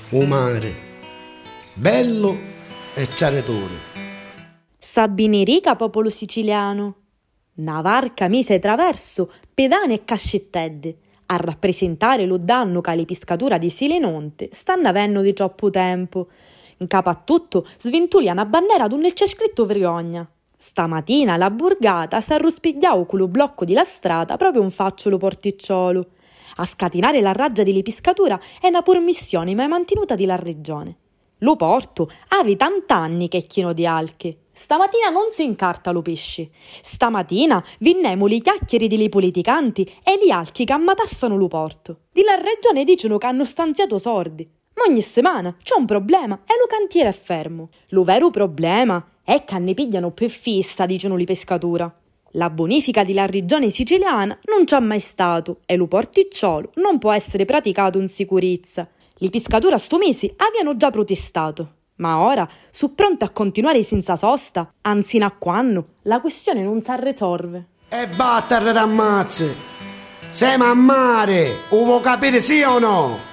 o mare, bello e ciaretore. Sabinerica, popolo siciliano. Una varca mise traverso pedane e cascettedde a rappresentare lo danno che le piscatura di Silenonte stanno avendo di troppo tempo. In capo a tutto svintuliano a bannera donde c'è scritto vergogna. Stamattina la borgata si arruspigliava con lo blocco di la strada proprio un facciolo porticciolo. A scatenare la raggia delle piscatura è una permissione mai mantenuta della regione. Lo porto ave tant'anni che è chino di alche. Stamattina non si incarta lo pesce. Stamattina vinnemo le chiacchiere delle politicanti e gli alchi che ammatassano lo porto. Di la regione dicono che hanno stanziato sordi. Ma ogni settimana c'è un problema e lo cantiere è fermo. Lo vero problema è che ne pigliano più fissa, dicono le pescatura. La bonifica della regione siciliana non c'è mai stato e lo porticciolo non può essere praticato in sicurezza. Le pescatura sto mese avevano già protestato, ma ora sono pronte a continuare senza sosta, anzi a quando la questione non si risolve. E battere rammazze! Siamo a mare, o vuoi capire sì o no?